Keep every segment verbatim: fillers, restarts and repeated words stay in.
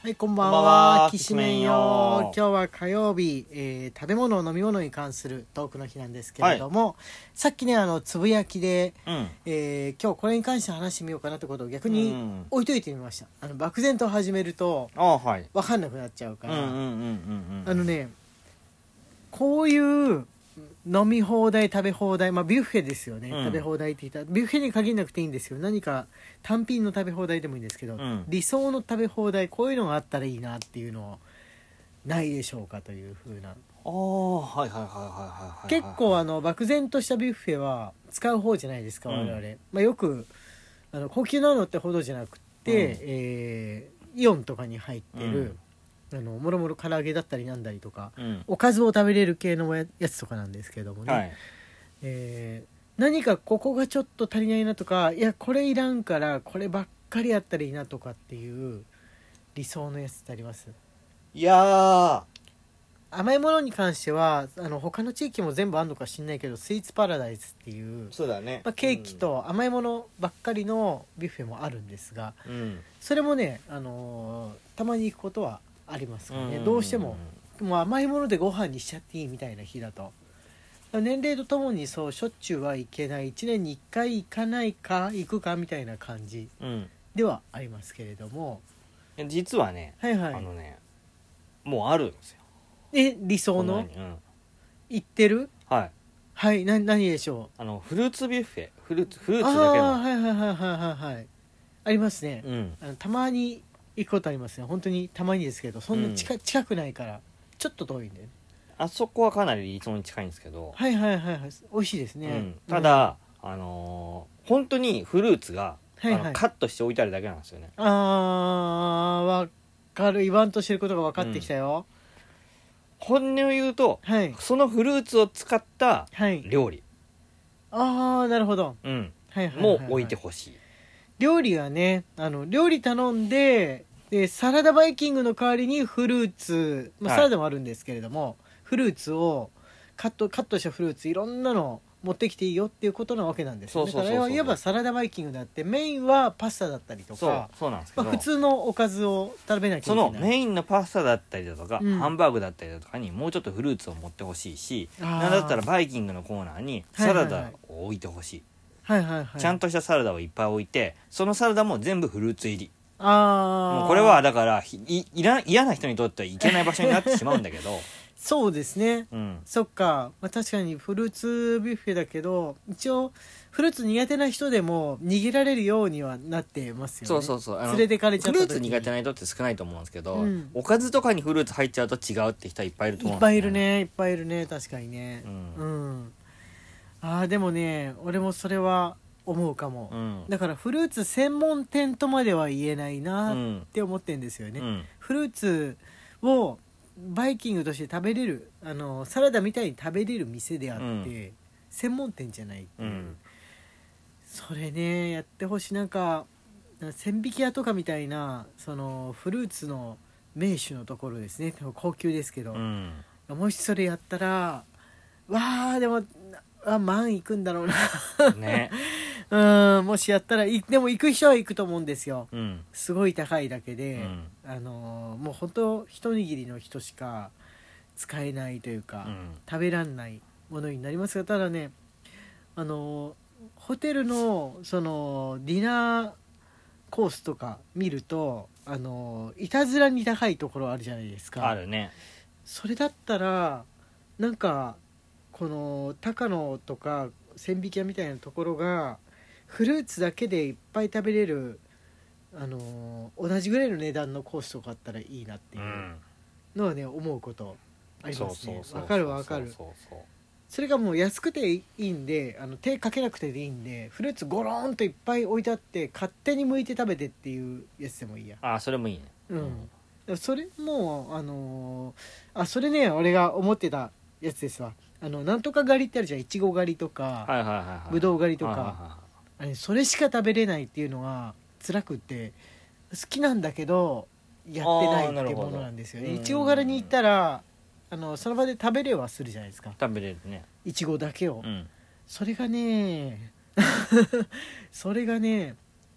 はい、こんばんこんばんは。 はきしめんよ。今日は火曜日、えー食べ物飲み物に関するトークの日なんですけれども、さっきねあのつぶやきで、 うんえー今日これに関して話してみようかなってことを逆にうん置いといてみました。あの漠然と始めるとああはい分かんなくなっちゃうから、 うんうんうんうんうんあのねこういう飲み放題食べ放題、まあビュッフェですよね、 うん食べ放題って言ったらビュッフェに限らなくていいんですよ。何か単品の食べ放題でもいいんですけど、 うん理想の食べ放題こういうのがあったらいいなっていうのをないでしょうかという風な、 ああはいはいはいはいはいはい結構あの漠然としたビュッフェは使う方じゃないですか、 うん我々、まあ、よくあの高級なのってほどじゃなくて、 うんえーイオンとかに入ってる、あのもろもろ唐揚げだったりなんだりとか、 うんおかずを食べれる系のややつとかなんですけどもね、 はいえー何かここがちょっと足りないなとか、いやこれいらんからこればっかりやったらいいなとかっていう理想のやつってあります？ いや甘いものに関してはあの他の地域も全部あるのか知んないけど、スイーツパラダイスっていう、 そうだね、 まあ、ケーキと甘いものばっかりのビュッフェもあるんですが、 うんそれもね、あのーたまに行くことはありますかね、 んどうしてももう甘いものでご飯にしちゃっていいみたいな日だと、年齢とともにそうしょっちゅうはいけない、いちねんにいっかい行かないか行くかみたいな感じうんではありますけれども、 実はね、 はいはい、 あのねもうあるんですよえ理想のこんなにうん行ってる、 はいはいな何でしょう？ あのフルーツビュッフェフルーツフルーあツだけのあはいはいはいはいはいはい、ありますね、 うんあのたまに行くことありますね、本当にたまにですけど、そんな近,、近くないからちょっと遠いんで、ね、 あそこはかなり理想に近いんですけど、 はいはいはいはい、美味しいですね、 うん、ただ、あのー本当にフルーツが、 はいはいあのカットして置いてあるだけなんですよね。 あーわかる、言わんとしてることが分かってきたよ、 本音を言うとはいそのフルーツを使ったはい料理、 ああなるほど、 うんはいはいはいはい、 も置いてほしい。 料理はね、あの料理頼んで、でサラダバイキングの代わりにフルーツ、まあ、 はいサラダもあるんですけれども、フルーツをカットカットしたフルーツいろんなの持ってきていいよっていうことなわけなんですよ。だそうそうそうそうからいわばサラダバイキングであって、メインはパスタだったりとそうか、 そうなんですけど、 まあ、普通のおかずを食べなきゃそいけない。 のメインのパスタだったりだとか、 うんハンバーグだったりだとかにもうちょっとフルーツを持ってほしいし、 あーなんだったらバイキングのコーナーにサラダを置いてほしい、 はいはいはい、 ちゃんとしたサラダをいっぱい置いて、そのサラダも全部フルーツ入り。 あもうこれはだからひいいら嫌な人にとってはいけない場所になってしまうんだけどそうですね、 うんそっか、まあ、確かにフルーツビュッフェだけど、一応フルーツ苦手な人でも逃げられるようにはなってますよね。 そうそうそう、あの連れてかれちゃった時にフルーツ苦手な人って少ないと思うんですけど、 うんおかずとかにフルーツ入っちゃうと違うって人はいっぱいいると思うんですよいっぱいいるね、いっぱいいるね、確かにね、 ううんん、あーでもね俺もそれは思うかも、 うんだからフルーツ専門店とまでは言えないなっうんて思ってんですよね、 うんフルーツをバイキングとして食べれる、あのサラダみたいに食べれる店であって、 うん専門店じゃないっていう、 うんそれねやってほしい。なんか千匹屋とかみたいなそのフルーツの名手のところですね、高級ですけど、 うんもしそれやったらわーでもあ万いくんだろうなねうんもしやったらいでも行く人は行くと思うんですよ。 うんすごい高いだけうで、 んあのもう本当一握りの人しか使えないというか、 うん食べらんないものになりますが、ただねあのホテルのそのディナーコースとか見るとあのいたずらに高いところあるじゃないですか。 あるね。 それだったらなんかこの高野とか千疋屋みたいなところがフルーツだけでいっぱい食べれる、あの同じぐらいの値段のコースとかあったらいいなっていううんのはね思うことありますね。 そうそうそうわかるわかる。 そうそうそれがもう安くていいんで、あの手かけなくていいんで、フルーツゴローンといっぱい置いてあって勝手に剥いて食べてっていうやつでもいいや。 あそれもいいね。 うん、それもうあのーあそれね俺が思ってたやつですわ。あのなんとか狩りってあるじゃん、いちご狩りとか、 はいはいはいはい。 ぶどう狩りとか、 はいはいはあれそれしか食べれないっていうのが辛くって好きなんだけどやってないっていうものなんですよね。 あーなるほどいちご狩りに行ったらあのその場で食べれはするじゃないですか、 い食べれるね。 いちごだけを、 うんそれがねそれがね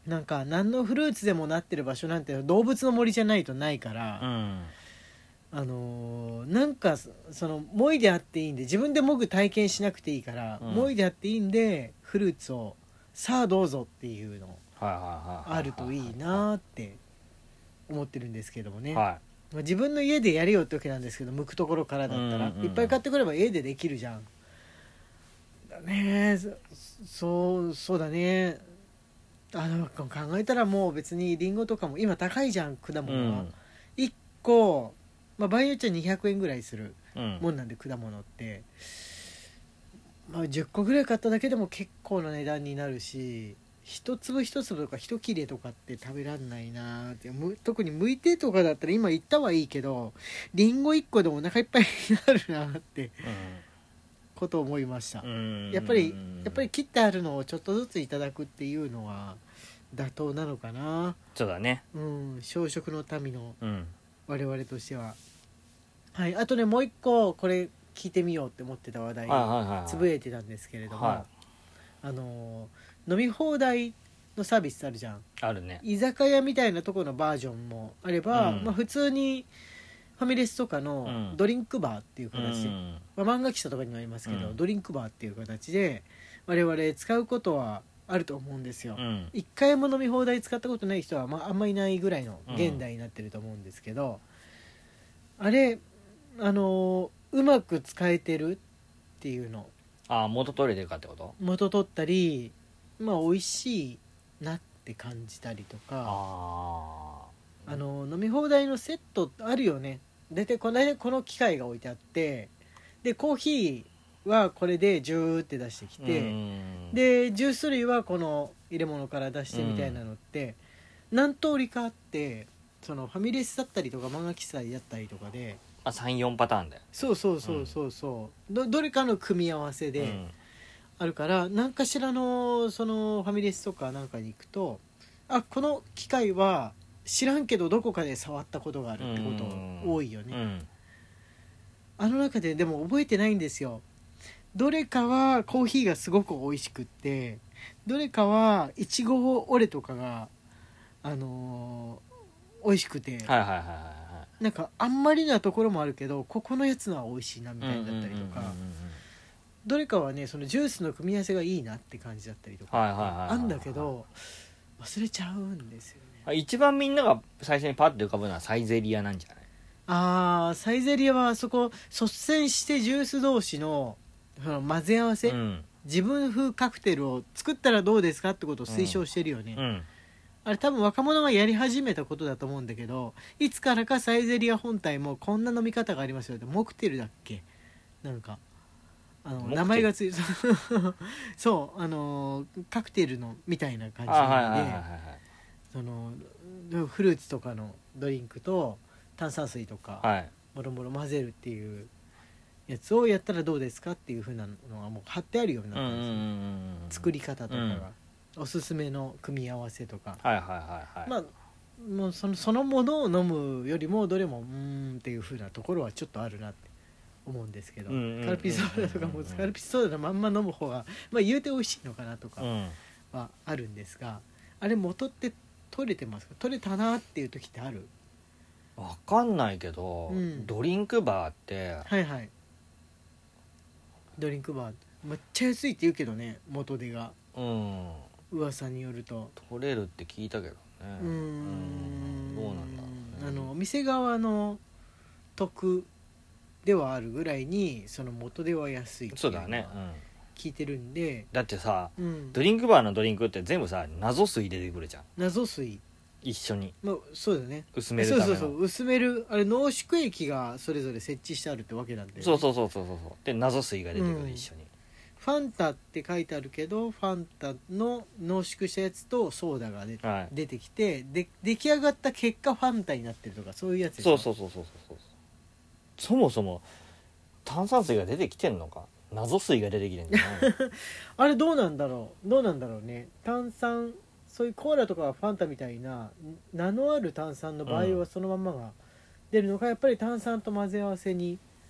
なんか何のフルーツでもなってる場所なんて動物の森じゃないとないから、 うんあのーなんかそのもいであっていいんで自分でもぐ体験しなくていいから、 うんもいであっていいんでフルーツをさあどうぞっていうのはいはいはいはいあるといいなって思ってるんですけどもね、 はまあ自分の家でやれよってわけなんですけど剥くところからだったら、 うんうんうんいっぱい買ってくれば家でできるじゃんだね。そそうそうだね。あの考えたらもう別にリンゴとかも今高いじゃん果い、う物は、 んいっこ、まあ、場合によっちゃにひゃくえんぐらいするうんもんなんで果物って、まあ、じゅっこぐらい買っただけでも結構な値段になるし一粒一粒とか一切れとかって食べらんないなーってむ特に剥いてとかだったら今言ったはいいけどリンゴいっこでお腹いっぱいになるなってことを思いました、 うんやっぱりやっぱり切ってあるのをちょっとずついただくっていうのは妥当なのかな。 そうだね。 うん小食の民のうん我々としては。はい、あとねもう一個これ聞いてみようって思ってた話題はいはいはいはいつぶやいてたんですけれども、 はあの飲み放題のサービスあるじゃん。 あるね。 居酒屋みたいなところのバージョンもあれば、 うんまあ、普通にファミレスとかのうんドリンクバーっていうう形で、 んまあ、漫画喫茶とかにもありますけど、 うんドリンクバーっていう形で我々使うことはあると思うんですよ。 うん一回も飲み放題使ったことない人は、まあ、あんまいないぐらいの現代になってると思うんですけど、あれあのうまく使えてるっていうのああ元取れてるかってこと？ 元取ったり、まあ美味しいなって感じたりとか、 ああの飲み放題のセットあるよね。大体このこの機械が置いてあってでコーヒーはこれでジューって出してきあて、でジュース類はこの入れ物から出してみたいなのって、何通りかあってそのファミレスだったりとか漫画喫茶だったりとかであ さん,よん パターンだよ。 そうそうそうそうそう、ど, どれかの組み合わせでうんあるから、何かしらのそのファミレスとかなんかに行くとあこの機械は知らんけどどこかで触ったことがあるってこと多いよね、 うんあの中ででも覚えてないんですよ。どれかはコーヒーがすごく美味しくってどれかはいちごオレとかがあのー、美味しくて、 はいはいはいはいはいなんかあんまりなところもあるけどここのやつのは美味しいなみたいだったりとか、 うんうんうんうんうんどれかはねそのジュースの組み合わせがいいなって感じだったりとか、 はいはいはいはいはいあんだけど忘れちゃうんですよね。 一番みんなが最初にパッと浮かぶのはサイゼリヤなんじゃない？ あーサイゼリヤはあそこ率先してジュース同士のその混ぜ合わせ、 うん自分風カクテルを作ったらどうですかってことを推奨してるよね、 うんあれ多分若者がやり始めたことだと思うんだけどいつからかサイゼリヤ本体もこんな飲み方がありますよってモクテルだっけなんかあのモクテル名前がついそうあのカクテルのみたいな感じあはいはいはいではいそのフルーツとかのドリンクと炭酸水とかはいもろもろ混ぜるっていうやつをやったらどうですかっていう風なのがもう貼ってあるようになったんですよ、 うんうんうんうん作り方とかが、おすすめの組み合わせとか、 はいはいはいはいまあもうそのそのものを飲むよりもどれもうーんっていう風なところはちょっとあるなって思うんですけど、 うんうんうんうんカルピスソーダとかもカルピスソーダのまんま飲む方がまあ言うて美味しいのかなとかうんはあるんですが、あれ元って取れてますか？取れたなっていう時ってある？ わかんないけど、 うんドリンクバーってはいはい。ドリンクバーめっちゃ安いって言うけどね元手がうん噂によると取れるって聞いたけどねうーんどうなんだろうね。 あの店側の得ではあるぐらいにその元手は安いっていそうだね、うん、 聞いてるんで、 だってさうん、 ドリンクバーのドリンクって全部さ謎水出てくるじゃん謎水、 一緒にまあ、そうだね薄めるためのそうそうそう薄めるあれ濃縮液がそれぞれ設置してあるってわけなんで、 そうそうそうそうそうで謎水が出てくる、 うん一緒にファンタって書いてあるけどファンタの濃縮したやつとソーダが出てはい出てきてで出来上がった結果ファンタになってるとかそういうやつでしょ。 そうそうそうそうそうそうそもそも炭酸水が出てきてんのか謎水が出てきてんじゃないあれどうなんだろうどうなんだろうね。炭酸そういうコーラとかファンタみたいな名のある炭酸の場合はそのまんまが出るのか、やっぱり炭酸と混ぜ合わせに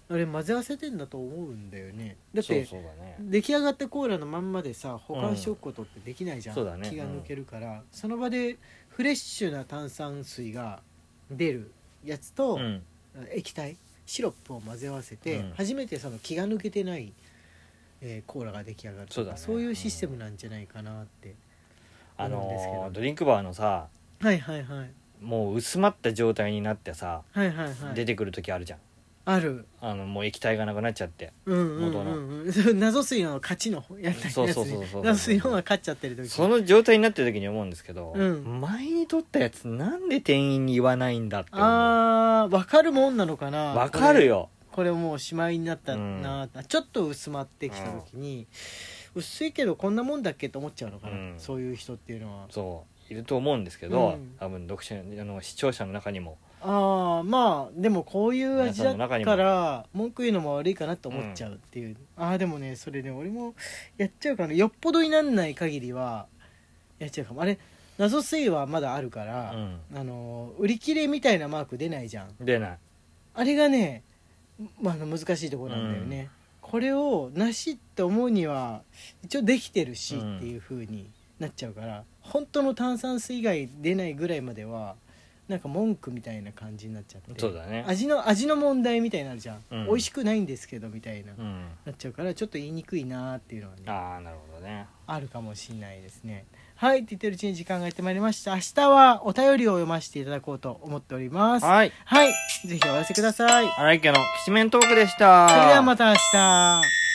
あれ混ぜ合わせてんだと思うんだよね。だってそうそうだね。 出来上がったコーラのまんまでさ保管しておくことってできないじゃん、 そうだね気が抜けるから、その場でフレッシュな炭酸水が出るやつと、 うん液体シロップを混ぜ合わせて、 うん初めてその気が抜けてない、えーコーラが出来上がるとか、 そうだねそういうシステムなんじゃないかなってあ思うんですけど、 のードリンクバーのさはいはいはいもう薄まった状態になってさ、 はいはいはい出てくる時あるじゃん。 ある、 あのもう液体がなくなっちゃってうんうんうんうん、謎水の勝ちのやったやつそうそうそうそうそう謎水の方が勝っちゃってる時、 その状態になってる時に思うんですけど、 うん前に取ったやつなんで店員に言わないんだって思う。 あー分かるもんなのかな。 わかるよ。 これもうしまいになったな、 うんちょっと薄まってきた時に、うん、薄いけどこんなもんだっけと思っちゃうのかな、うん、そういう人っていうのはそういると思うんですけど、 うん、 多分読者あの視聴者の中にもああまあでもこういう味だから文句言うのも悪いかなと思っちゃうっていう、うん、ああでもねそれね俺もやっちゃうかな。よっぽどになんない限りはやっちゃうかも。あれ謎水はまだあるから、うん、あの売り切れみたいなマーク出ないじゃん。 出ない。 あれがね、まあ、難しいところなんだよね、うん、これをなしって思うには一応できてるしっていう風になっちゃうから、うん、本当の炭酸水以外出ないぐらいまではなんか文句みたいな感じになっちゃって、 そうだね、 味の味の問題みたいになるじゃん、うん、美味しくないんですけどみたいな、 うん、 なっちゃうからちょっと言いにくいなっていうのはね、 ああなるほどね、 あるかもしれないですね。はいって言ってるうちに時間がやってまいりました。明日はお便りを読ませていただこうと思っております。 はい、 はい、ぜひお寄せください。 荒井家のきしめんトークでした。 それではまた明日。